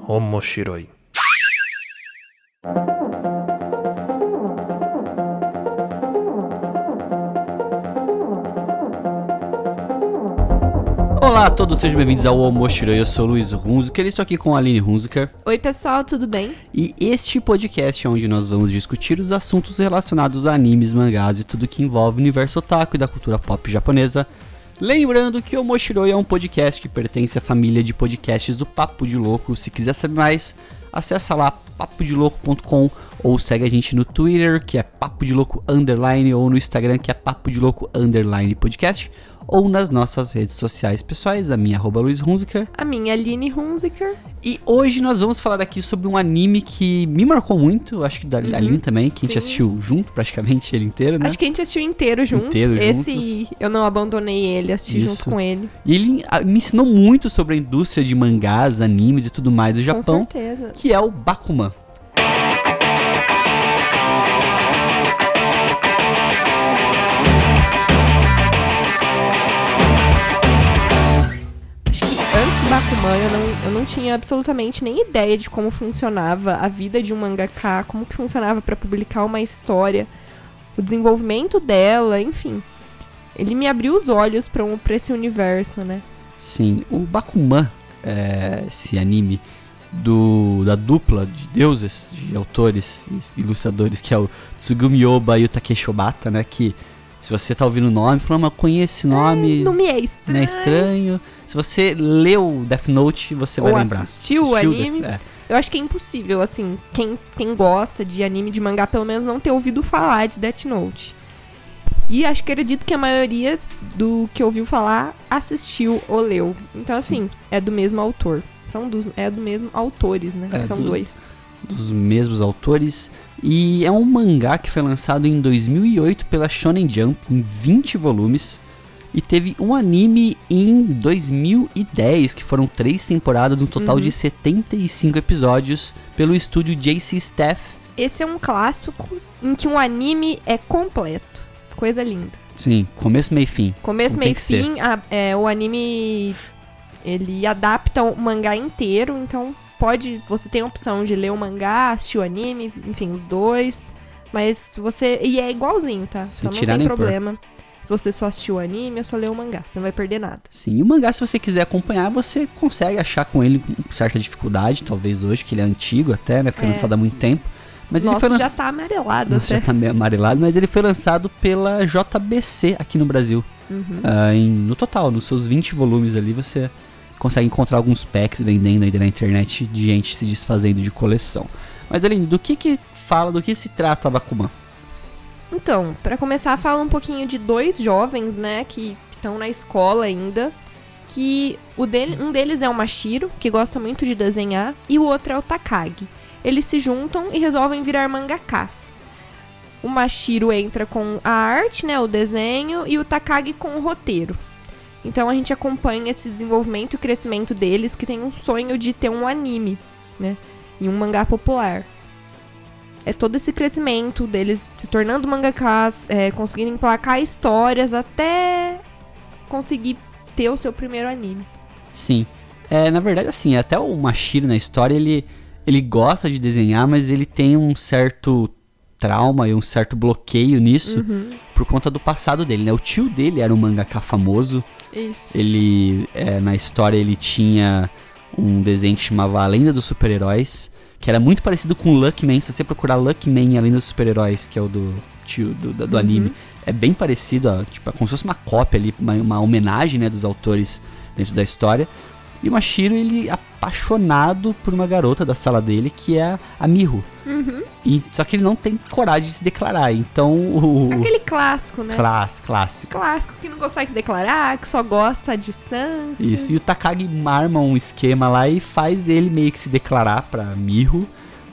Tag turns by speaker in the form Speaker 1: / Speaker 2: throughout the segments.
Speaker 1: Omoshiroi.
Speaker 2: Olá a todos, sejam bem-vindos ao Omoshiroi. Eu sou o Luiz Hunziker e estou aqui com a Aline Hunziker.
Speaker 3: Oi pessoal, tudo bem?
Speaker 2: E este podcast é onde nós vamos discutir os assuntos relacionados a animes, mangás e tudo que envolve o universo otaku e da cultura pop japonesa. Lembrando que o Omoshiroi é um podcast que pertence à família de podcasts do Papo de Louco. Se quiser saber mais, acessa lá papodelouco.com ou segue a gente no Twitter, que é Papo de Louco _ ou no Instagram, que é Papo de Louco _ podcast, ou nas nossas redes sociais pessoais, a minha @Luiz Hunziker,
Speaker 3: A minha Aline Hunziker.
Speaker 2: E hoje nós vamos falar aqui sobre um anime que me marcou muito, acho que da Aline também, que a gente assistiu junto, praticamente ele inteiro, né?
Speaker 3: Acho que a gente assistiu inteiro junto. Esse eu não abandonei ele, assisti junto com ele.
Speaker 2: E ele me ensinou muito sobre a indústria de mangás, animes e tudo mais do Japão.
Speaker 3: Com certeza.
Speaker 2: Que é o Bakuman.
Speaker 3: Antes do Bakuman, eu não tinha absolutamente nem ideia de como funcionava a vida de um mangaka, como que funcionava para publicar uma história, o desenvolvimento dela, enfim. Ele me abriu os olhos para esse universo, né?
Speaker 2: Sim, o Bakuman, esse anime da dupla de deuses, de autores e ilustradores, que é o Tsugumi Ohba e o Takeshi Obata, né? Que se você tá ouvindo o nome, falando, mas eu conheço esse nome.
Speaker 3: Não me é estranho.
Speaker 2: Não é estranho. Se você leu Death Note, você vai lembrar.
Speaker 3: Assistiu o anime. Eu acho que é impossível, assim, quem gosta de anime, de mangá, pelo menos não ter ouvido falar de Death Note. E acho que acredito que a maioria do que ouviu falar assistiu ou leu. Então, assim, é do mesmo autor. É do mesmo autores, né? São dois.
Speaker 2: Dos mesmos autores. E é um mangá que foi lançado em 2008 pela Shonen Jump, em 20 volumes. E teve um anime em 2010, que foram 3 temporadas, um total de 75 episódios, pelo estúdio JC Staff.
Speaker 3: Esse é um clássico em que um anime é completo. Coisa linda.
Speaker 2: Sim, começo, meio e fim.
Speaker 3: Começo, meio e fim. O anime, ele adapta o mangá inteiro, então você tem a opção de ler o mangá, assistir o anime, enfim, os dois. Mas e é igualzinho, tá?
Speaker 2: Sem
Speaker 3: então não tem problema. Se você só assistiu o anime, é só ler o mangá. Você não vai perder nada.
Speaker 2: Sim, e o mangá, se você quiser acompanhar, você consegue achar com ele com certa dificuldade, talvez hoje, que ele é antigo até, né? Foi lançado há muito tempo. Mas
Speaker 3: Nossa,
Speaker 2: ele foi
Speaker 3: já tá amarelado até.
Speaker 2: Já tá meio amarelado, mas ele foi lançado pela JBC aqui no Brasil. No total, nos seus 20 volumes ali, você consegue encontrar alguns packs vendendo aí na internet de gente se desfazendo de coleção. Mas, Aline, do que se trata a Bakuman?
Speaker 3: Então, pra começar, fala um pouquinho de 2 jovens, né, que estão na escola ainda, que um deles é o Mashiro, que gosta muito de desenhar, e o outro é o Takagi. Eles se juntam e resolvem virar mangakas. O Mashiro entra com a arte, né, o desenho, e o Takagi com o roteiro. Então a gente acompanha esse desenvolvimento e crescimento deles, que tem um sonho de ter um anime, né, e um mangá popular. É todo esse crescimento deles se tornando mangakas, conseguindo emplacar histórias até conseguir ter o seu primeiro anime.
Speaker 2: Sim. Na verdade, assim, até o Mashiro na história, ele gosta de desenhar, mas ele tem um certo trauma e um certo bloqueio nisso por conta do passado dele, né? O tio dele era um mangaka famoso.
Speaker 3: Isso.
Speaker 2: Ele, na história, ele tinha um desenho que chamava A Lenda dos Super-Heróis, que era muito parecido com Lucky Man. Se você procurar Lucky Man e A Lenda dos Super-Heróis, que é o do tio do anime, é bem parecido, tipo, é como se fosse uma cópia ali, uma homenagem, né, dos autores dentro da história. E o Mashiro, ele é apaixonado por uma garota da sala dele, que é a Miho. Só que ele não tem coragem de se declarar, então
Speaker 3: aquele clássico, né?
Speaker 2: Clássico.
Speaker 3: Clássico que não consegue se declarar, que só gosta à distância.
Speaker 2: Isso, e o Takagi arma um esquema lá e faz ele meio que se declarar pra Miho.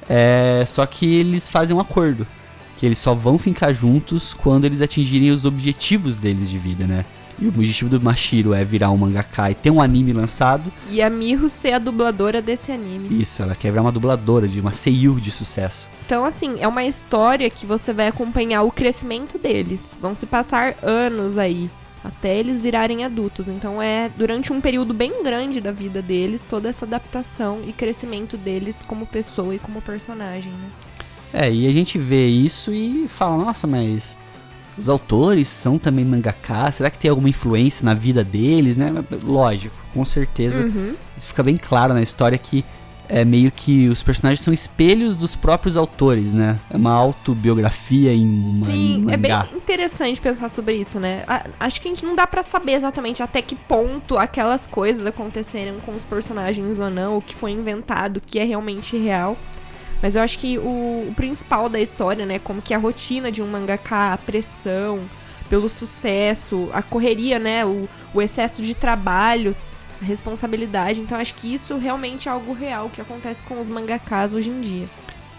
Speaker 2: Só que eles fazem um acordo, que eles só vão ficar juntos quando eles atingirem os objetivos deles de vida, né? E o objetivo do Mashiro é virar um mangaka e ter um anime lançado.
Speaker 3: E a Miho ser a dubladora desse anime.
Speaker 2: Isso, ela quer virar uma dubladora, uma seiyuu de sucesso.
Speaker 3: Então, assim, é uma história que você vai acompanhar o crescimento deles. Vão se passar anos aí até eles virarem adultos. Então é durante um período bem grande da vida deles, toda essa adaptação e crescimento deles como pessoa e como personagem, né?
Speaker 2: E a gente vê isso e fala, nossa, mas os autores são também mangaka, será que tem alguma influência na vida deles, né? Lógico, com certeza. Isso fica bem claro na história que é meio que os personagens são espelhos dos próprios autores, né? É uma autobiografia em mangá.
Speaker 3: É bem interessante pensar sobre isso, né? Acho que a gente não dá pra saber exatamente até que ponto aquelas coisas aconteceram com os personagens ou não, o que foi inventado, o que é realmente real. Mas eu acho que o principal da história, né? Como que a rotina de um mangaka, a pressão pelo sucesso, a correria, né? O excesso de trabalho, a responsabilidade. Então acho que isso realmente é algo real que acontece com os mangakas hoje em dia.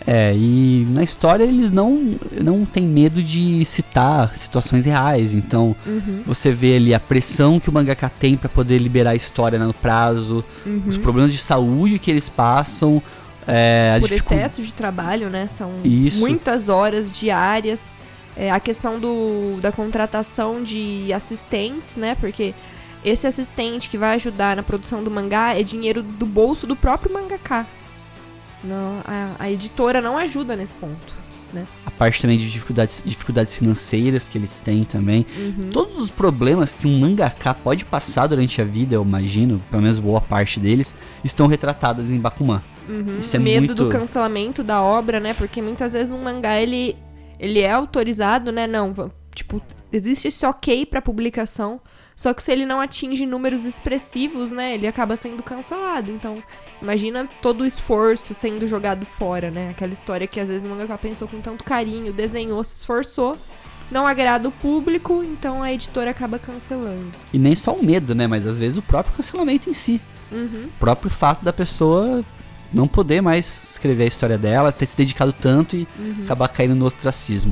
Speaker 2: E na história eles não têm medo de citar situações reais. Então você vê ali a pressão que o mangaka tem para poder liberar a história no prazo, os problemas de saúde que eles passam,
Speaker 3: por excesso de trabalho, né? São muitas horas diárias. A questão da contratação de assistentes, né? Porque esse assistente que vai ajudar na produção do mangá é dinheiro do bolso do próprio mangaka. Não, a editora não ajuda nesse ponto, né? A
Speaker 2: parte também de dificuldades financeiras que eles têm também. Todos os problemas que um mangaka pode passar durante a vida, eu imagino, pelo menos boa parte deles, estão retratados em Bakuman. Isso é
Speaker 3: medo do cancelamento da obra, né? Porque muitas vezes um mangá, ele é autorizado, né? Não, tipo, existe esse ok pra publicação. Só que se ele não atinge números expressivos, né, ele acaba sendo cancelado. Então, imagina todo o esforço sendo jogado fora, né? Aquela história que às vezes o mangaka pensou com tanto carinho, desenhou, se esforçou, não agrada o público, então a editora acaba cancelando.
Speaker 2: E nem só o medo, né? Mas às vezes o próprio cancelamento em si. O próprio fato da pessoa não poder mais escrever a história dela, ter se dedicado tanto e acabar caindo no ostracismo.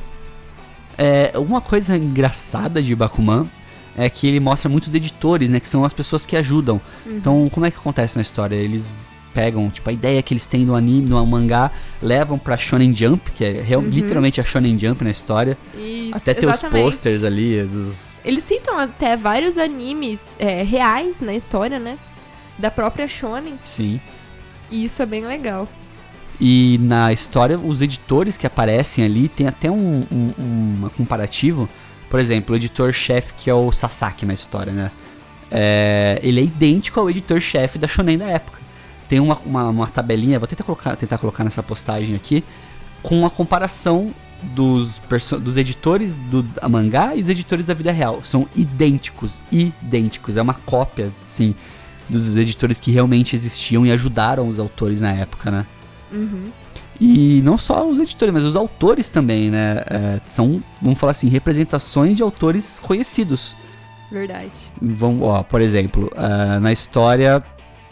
Speaker 2: Uma coisa engraçada de Bakuman é que ele mostra muitos editores, né, que são as pessoas que ajudam. Então, como é que acontece na história? Eles pegam, tipo, a ideia que eles têm no anime, no mangá, levam pra Shonen Jump, que é literalmente a Shonen Jump na história.
Speaker 3: Isso,
Speaker 2: até ter os posters ali.
Speaker 3: Eles citam até vários animes reais na história, né? Da própria Shonen.
Speaker 2: Sim.
Speaker 3: E isso é bem legal.
Speaker 2: E na história, os editores que aparecem ali, tem até um comparativo. Por exemplo, o editor-chefe, que é o Sasaki na história, né? Ele é idêntico ao editor-chefe da Shonen da época. Tem uma tabelinha, vou tentar colocar nessa postagem aqui, com a comparação dos editores do mangá e os editores da vida real. São idênticos. É uma cópia, sim, dos editores que realmente existiam e ajudaram os autores na época, né? E não só os editores, mas os autores também, né? São, vamos falar assim, representações de autores conhecidos.
Speaker 3: Verdade.
Speaker 2: Por exemplo, na história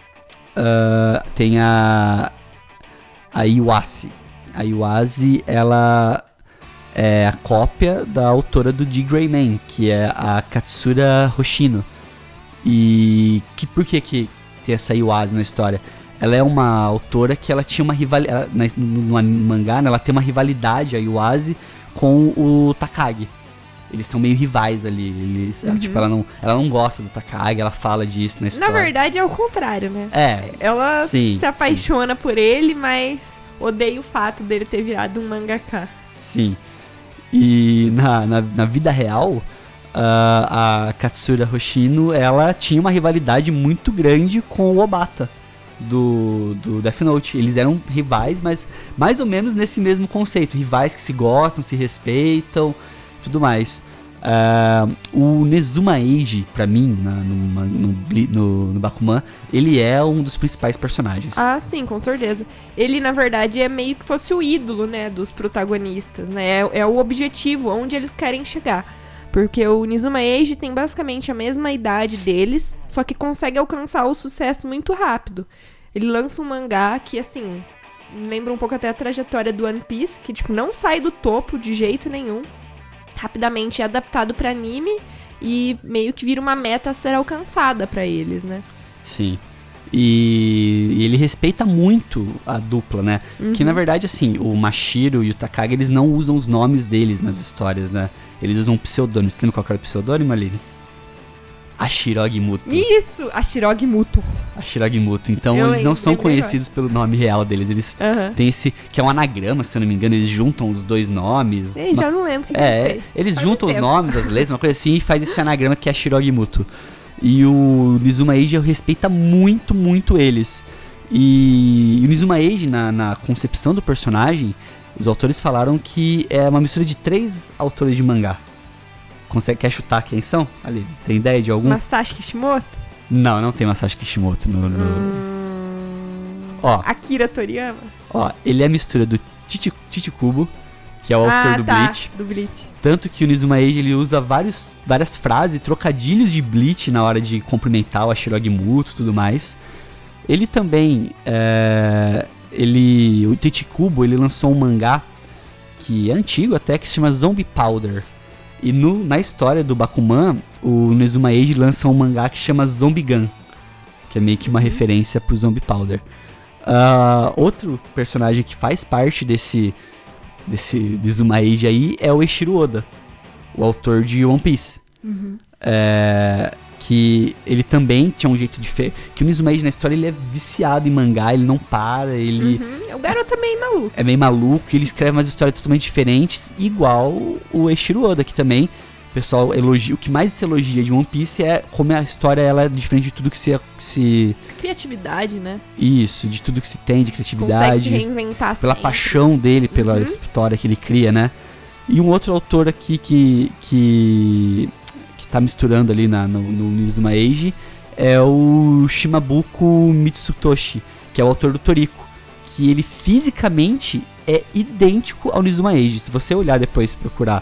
Speaker 2: tem a Iwase. A Iwase, ela é a cópia da autora do D. Gray Man, que é a Katsura Hoshino. E por que tem essa Iwase na história? Ela é uma autora que ela tinha uma rivalidade, no mangá, né, ela tem uma rivalidade, a Iwase, com o Takagi. Eles são meio rivais ali. Ela não gosta do Takagi, ela fala disso na história.
Speaker 3: Na verdade é o contrário, né? Ela se apaixona por ele, mas odeia o fato dele ter virado um mangaka.
Speaker 2: Sim. E na vida real, a Katsura Hoshino, ela tinha uma rivalidade muito grande com o Obata do Death Note. Eles eram rivais, mas mais ou menos nesse mesmo conceito, rivais que se gostam, se respeitam, tudo mais. O Nezuma Eiji, pra mim, no Bakuman, ele é um dos principais personagens.
Speaker 3: Ah, sim, com certeza. Ele, na verdade, é meio que fosse o ídolo, né, dos protagonistas, né? É o objetivo, onde eles querem chegar. Porque o Nezuma Eiji tem basicamente a mesma idade deles, só que consegue alcançar o sucesso muito rápido. Ele lança um mangá que, assim, lembra um pouco até a trajetória do One Piece, que, tipo, não sai do topo de jeito nenhum. Rapidamente é adaptado pra anime e meio que vira uma meta a ser alcançada pra eles, né?
Speaker 2: Sim. E ele respeita muito a dupla, né? Que na verdade, assim, o Mashiro e o Takagi, eles não usam os nomes deles nas histórias, né? Eles usam um pseudônimo. Você lembra qual que era o pseudônimo, Aline? Ashirogi Muto.
Speaker 3: Isso! Ashirogi Muto.
Speaker 2: Ashirogi Muto. Então
Speaker 3: Eu
Speaker 2: eles não
Speaker 3: lembro,
Speaker 2: são
Speaker 3: bem
Speaker 2: conhecidos pelo nome real deles. Eles têm esse, que é um anagrama, se eu não me engano. Eles juntam os dois nomes.
Speaker 3: Ei, já não lembro o que deve ser.
Speaker 2: Eles
Speaker 3: Faz
Speaker 2: juntam os
Speaker 3: tempo.
Speaker 2: nomes, as letras, uma coisa assim, e faz esse anagrama que é Ashirogi Muto. E o Nizuma Eiji respeita muito, muito eles. E o Nizuma Eiji, na concepção do personagem, os autores falaram que é uma mistura de 3 autores de mangá. Quer chutar quem são? Ali, tem ideia de algum?
Speaker 3: Masashi Kishimoto?
Speaker 2: Não tem Masashi Kishimoto no... Ó,
Speaker 3: Akira Toriyama?
Speaker 2: ó, ele é a mistura do Chichikubo, que é o autor do Bleach.
Speaker 3: Do Bleach.
Speaker 2: Tanto que o Nizuma Eiji, ele usa várias frases, trocadilhos de Bleach na hora de cumprimentar o Ashirogi Muto e tudo mais. Ele também, o Chichikubo, ele lançou um mangá que é antigo até, que se chama Zombie Powder. E na história do Bakuman, o Nizuma Eiji lança um mangá que chama Zombie Gun, que é meio que uma referência pro Zombie Powder. Outro personagem que faz parte desse Nizuma Eiji aí é o Eiichiro Oda, o autor de One Piece. Que ele também tinha um jeito diferente. Que o Nizuma Eiji na história, ele é viciado em mangá, ele não para, ele...
Speaker 3: O garoto é meio maluco.
Speaker 2: É meio maluco, ele escreve umas histórias totalmente diferentes, igual o Eiichiro Oda, que também o pessoal elogia. O que mais se elogia de One Piece é como a história ela é diferente de tudo que se...
Speaker 3: Criatividade, né?
Speaker 2: Isso, de tudo que se tem, de criatividade.
Speaker 3: Consegue se reinventar
Speaker 2: pela
Speaker 3: sempre.
Speaker 2: paixão dele, pela história que ele cria, né? E um outro autor aqui que tá misturando ali no Nizuma Eiji é o Shimabuku Mitsutoshi, que é o autor do Toriko, que ele fisicamente é idêntico ao Nizuma Eiji. Se você olhar depois, procurar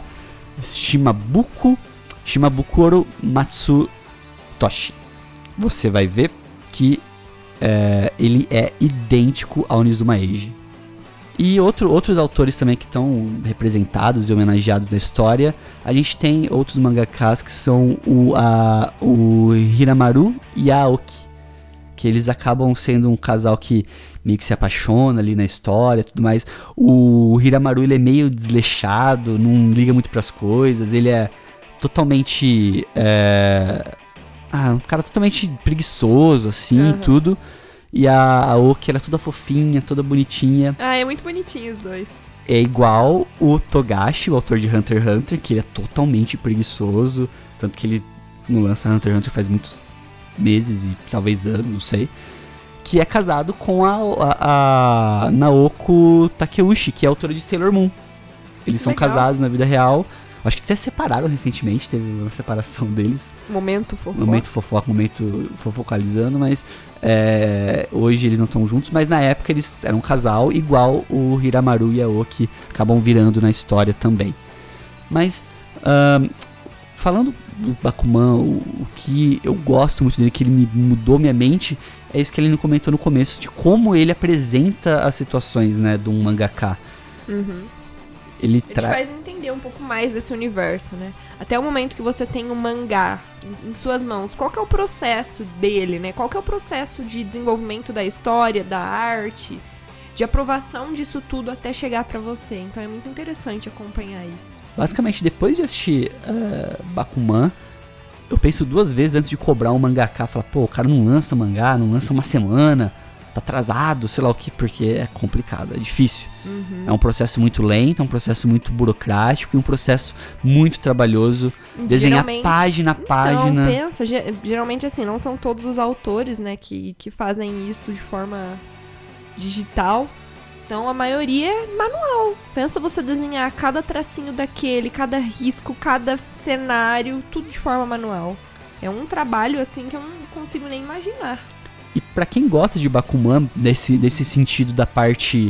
Speaker 2: Shimabukuro Matsutoshi, você vai ver que ele é idêntico ao Nizuma Eiji. E outros autores também que estão representados e homenageados na história. A gente tem outros mangakas que são o Hiramaru e a Aoki, que eles acabam sendo um casal que meio que se apaixona ali na história e tudo mais. O Hiramaru, ele é meio desleixado, não liga muito pras coisas, ele é totalmente... um cara totalmente preguiçoso, assim, tudo. E a Aoki, ela é toda fofinha, toda bonitinha.
Speaker 3: É muito bonitinho os dois.
Speaker 2: É igual o Togashi, o autor de Hunter x Hunter, que ele é totalmente preguiçoso. Tanto que ele não lança Hunter x Hunter faz muitos meses e talvez anos, não sei. Que é casado com a Naoko Takeuchi, que é autora de Sailor Moon. Eles são casados na vida real. Acho que até se separaram recentemente, teve uma separação deles.
Speaker 3: Momento fofoca.
Speaker 2: Momento fofocalizando, mas hoje eles não estão juntos, mas na época eles eram um casal, igual o Hiramaru e a Aoki acabam virando na história também. Mas, falando do Bakuman, o que eu gosto muito dele, que ele me mudou minha mente, é isso que ele comentou no começo, de como ele apresenta as situações, né, de um mangaka. Ele
Speaker 3: faz entender um pouco mais desse universo, né? Até o momento que você tem um mangá em suas mãos, qual que é o processo dele, né? Qual que é o processo de desenvolvimento da história, da arte, de aprovação disso tudo até chegar pra você. Então é muito interessante acompanhar isso.
Speaker 2: Basicamente, depois de assistir Bakuman, eu penso 2 vezes antes de cobrar um mangaka. Falar, pô, o cara não lança mangá, não lança uma semana, tá atrasado, sei lá o que, porque é complicado, é difícil. É um processo muito lento, é um processo muito burocrático e um processo muito trabalhoso. Desenhar página a página.
Speaker 3: Então, pensa, geralmente assim, não são todos os autores, né, que fazem isso de forma digital. Então a maioria é manual. Pensa você desenhar cada tracinho daquele, cada risco, cada cenário, tudo de forma manual. É um trabalho assim que eu não consigo nem imaginar.
Speaker 2: E pra quem gosta de Bakuman, desse sentido da parte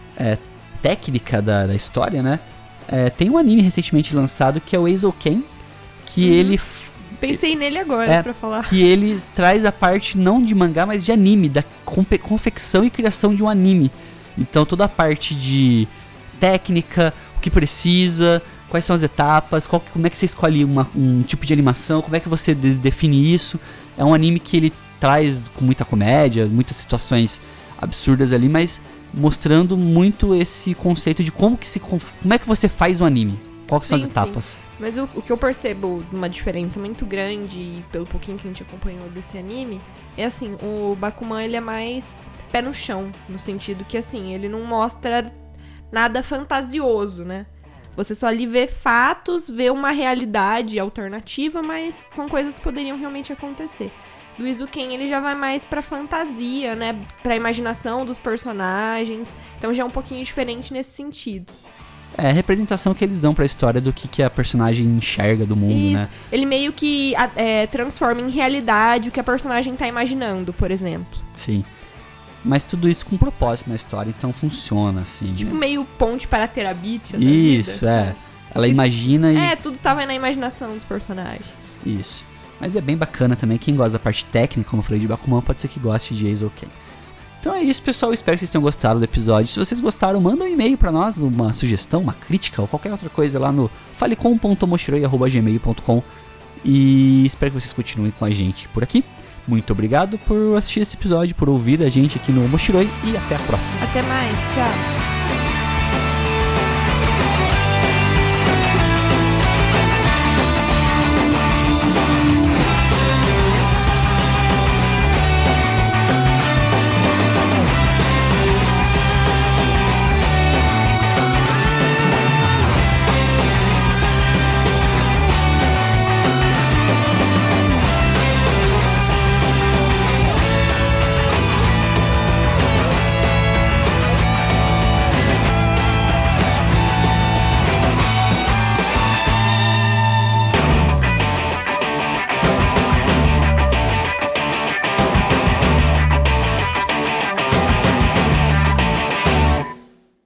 Speaker 2: técnica da história, né? Tem um anime recentemente lançado que é o Eizouken, que ele...
Speaker 3: Pensei nele agora pra falar.
Speaker 2: Que ele traz a parte não de mangá, mas de anime, da confecção e criação de um anime. Então toda a parte de técnica, o que precisa, quais são as etapas, como é que você escolhe um tipo de animação, como é que você define isso. É um anime que ele traz com muita comédia, muitas situações absurdas ali, mas mostrando muito esse conceito de como é que você faz um anime. Quais são as etapas?
Speaker 3: Sim. Mas o que eu percebo uma diferença muito grande, e pelo pouquinho que a gente acompanhou desse anime, é assim, o Bakuman ele é mais pé no chão, no sentido que assim, ele não mostra nada fantasioso, né? Você só ali vê fatos, vê uma realidade alternativa, mas são coisas que poderiam realmente acontecer. Do Izuken, ele já vai mais pra fantasia, né? Pra imaginação dos personagens. Então já é um pouquinho diferente nesse sentido.
Speaker 2: É a representação que eles dão pra história do que a personagem enxerga do mundo,
Speaker 3: Isso.
Speaker 2: né?
Speaker 3: Ele meio que transforma em realidade o que a personagem tá imaginando, por exemplo.
Speaker 2: Sim. Mas tudo isso com propósito na história, então funciona, assim.
Speaker 3: Tipo meio ponte para a Terabithia da
Speaker 2: Isso,
Speaker 3: vida.
Speaker 2: Ela imagina e...
Speaker 3: tudo tava na imaginação dos personagens.
Speaker 2: Isso. Mas é bem bacana também. Quem gosta da parte técnica, como eu falei, de Bakuman, pode ser que goste de Eizouken. Então é isso, pessoal. Espero que vocês tenham gostado do episódio. Se vocês gostaram, manda um e-mail pra nós, uma sugestão, uma crítica ou qualquer outra coisa lá no falecom.moshiroi@gmail.com. E espero que vocês continuem com a gente por aqui. Muito obrigado por assistir esse episódio, por ouvir a gente aqui no Moshiroi e até a próxima.
Speaker 3: Até mais, tchau.